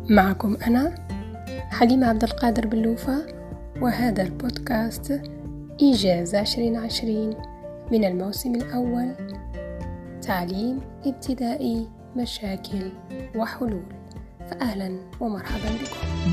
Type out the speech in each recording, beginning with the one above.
معكم أنا حليمة عبد القادر بلوفة، وهذا البودكاست إيجاز 2020 من الموسم الأول، تعليم ابتدائي، مشاكل وحلول. فأهلا ومرحبا بكم.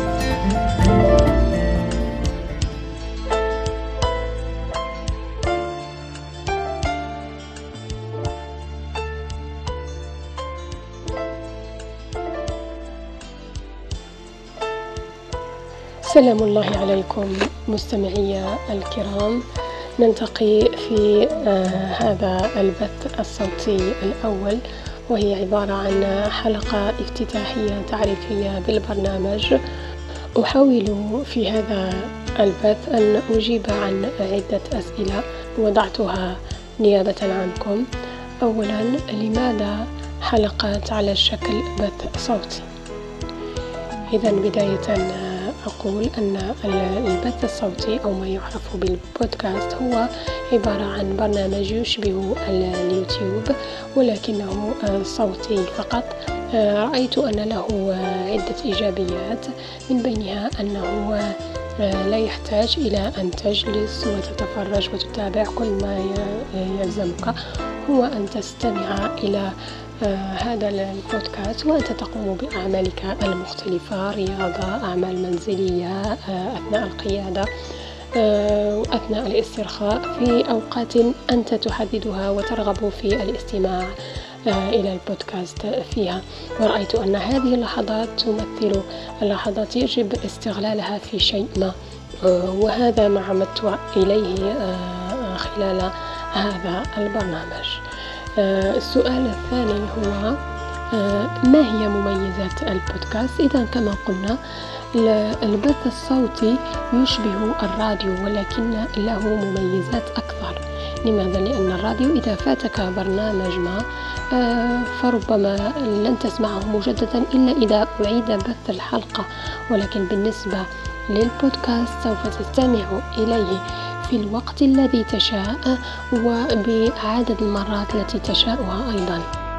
سلام الله عليكم مستمعي الكرام. نلتقي في هذا البث الصوتي الأول، وهي عبارة عن حلقة افتتاحية تعريفية بالبرنامج. أحاول في هذا البث أن أجيب عن عدة أسئلة وضعتها نيابة عنكم. أولا، لماذا حلقات على الشكل بث صوتي؟ إذا بداية أقول أن البث الصوتي أو ما يعرف بالبودكاست هو عبارة عن برنامج يشبه اليوتيوب ولكنه صوتي فقط. رأيت أن له عدة إيجابيات، من بينها أنه لا يحتاج إلى أن تجلس وتتفرج وتتابع. كل ما يلزمك هو أن تستمع إلى هذا البودكاست وأنت تقوم بأعمالك المختلفة، رياضة، أعمال منزلية، أثناء القيادة، أثناء الاسترخاء، في أوقات أنت تحددها وترغب في الاستماع إلى البودكاست فيها. ورأيت أن هذه اللحظات تمثل اللحظات يجب استغلالها في شيء ما، وهذا ما عمدت إليه خلال هذا البرنامج. السؤال الثاني هو ما هي مميزات البودكاست؟ إذا كما قلنا البث الصوتي يشبه الراديو ولكن له مميزات أكثر. لماذا؟ لأن الراديو إذا فاتك برنامج ما فربما لن تسمعه مجددا إلا إذا أعيد بث الحلقة، ولكن بالنسبة للبودكاست سوف تستمع إليه في الوقت الذي تشاء وبعدد المرات التي تشاءها أيضا.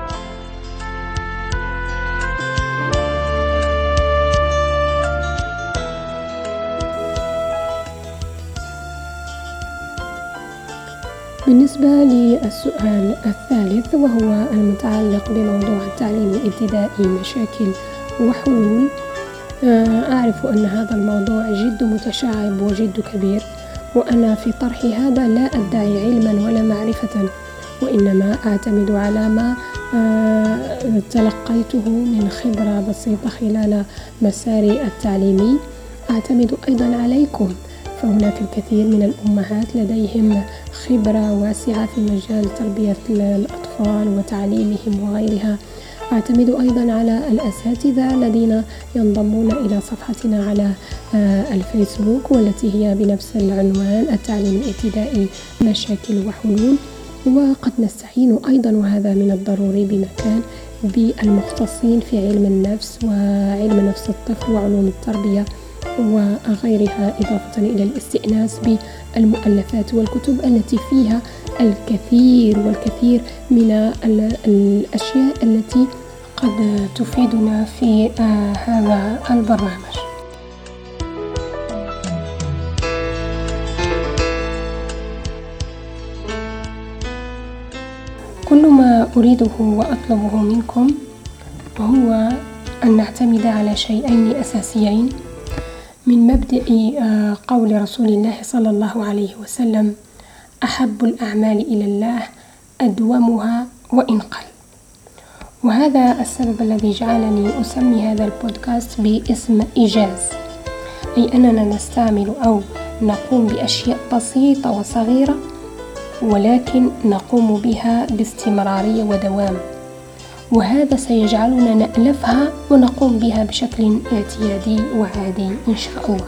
بالنسبة للسؤال الثالث وهو المتعلق بموضوع التعليم الابتدائي، مشاكل وحلول، أعرف أن هذا الموضوع جد متشعب وجد كبير، وأنا في طرح هذا لا أدعي علما ولا معرفة، وإنما أعتمد على ما تلقيته من خبرة بسيطة خلال مساري التعليمي. أعتمد أيضا عليكم، فهناك الكثير من الأمهات لديهم خبرة واسعة في مجال تربية الأطفال وتعليمهم وغيرها. أعتمد أيضا على الأساتذة الذين ينضمون إلى صفحتنا على الفيسبوك، والتي هي بنفس العنوان، التعليم الابتدائي، مشاكل وحلول. وقد نستعين أيضا، وهذا من الضروري بمكان، بالمختصين في علم النفس وعلم نفس الطفل وعلوم التربية وغيرها، إضافة إلى الاستئناس بالمؤلفات والكتب التي فيها الكثير والكثير من الأشياء التي قد تفيدنا في هذا البرنامج. كل ما أريده وأطلبه منكم هو أن نعتمد على شيئين أساسيين من مبدأ قول رسول الله صلى الله عليه وسلم: أحب الأعمال إلى الله أدومها وإن قل. وهذا السبب الذي جعلني أسمي هذا البودكاست باسم إيجاز، أي أننا نستعمل أو نقوم بأشياء بسيطة وصغيرة، ولكن نقوم بها باستمرارية ودوام، وهذا سيجعلنا نألفها ونقوم بها بشكل اعتيادي وعادي إن شاء الله.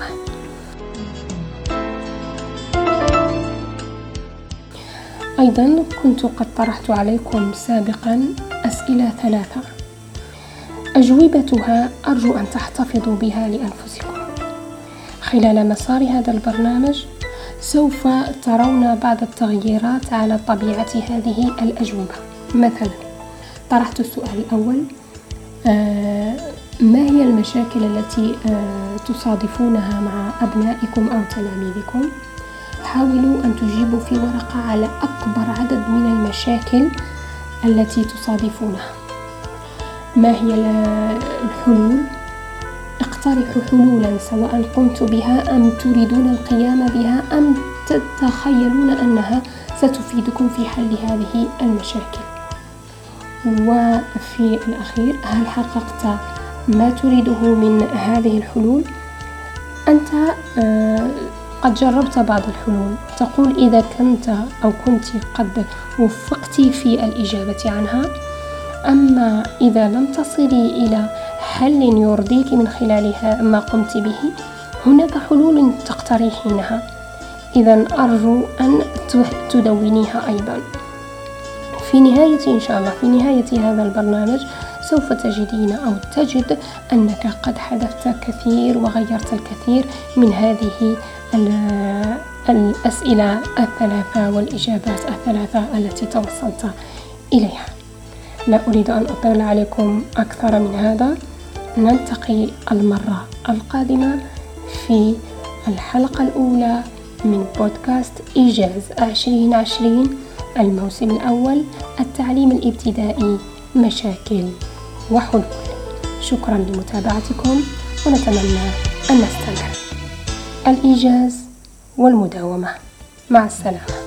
أيضا كنت قد طرحت عليكم سابقا أسئلة 3، أجوبتها أرجو أن تحتفظوا بها لأنفسكم. خلال مسار هذا البرنامج سوف ترون بعض التغييرات على طبيعة هذه الأجوبة. مثلا طرحت السؤال الأول: ما هي المشاكل التي تصادفونها مع أبنائكم أو تلاميذكم؟ حاولوا أن تجيبوا في ورقة على أكبر عدد من المشاكل التي تصادفونها. ما هي الحلول؟ اقترحوا حلولا سواء قمت بها أم تريدون القيام بها أم تتخيلون أنها ستفيدكم في حل هذه المشاكل. وفي الأخير، هل حققت ما تريده من هذه الحلول؟ أنت قد جربت بعض الحلول، تقول إذا كنت أو كنت قد وفقت في الإجابة عنها. أما إذا لم تصلي إلى حل يرضيك من خلالها ما قمت به، هناك حلول تقترحينها، إذا أرجو أن تدونيها أيضا. في نهاية إن شاء الله، في نهاية هذا البرنامج سوف تجدين أو تجد أنك قد حذفت كثير وغيرت الكثير من هذه الأسئلة الثلاثة والإجابات الثلاثة التي توصلت إليها. لا أريد أن أطيل عليكم أكثر من هذا. نلتقي المرة القادمة في الحلقة الأولى من بودكاست إيجاز 2020 الموسم الأول، التعليم الابتدائي، مشاكل وحلول. شكرا لمتابعتكم، ونتمنى أن نستمر. الإيجاز والمداومة. مع السلامة.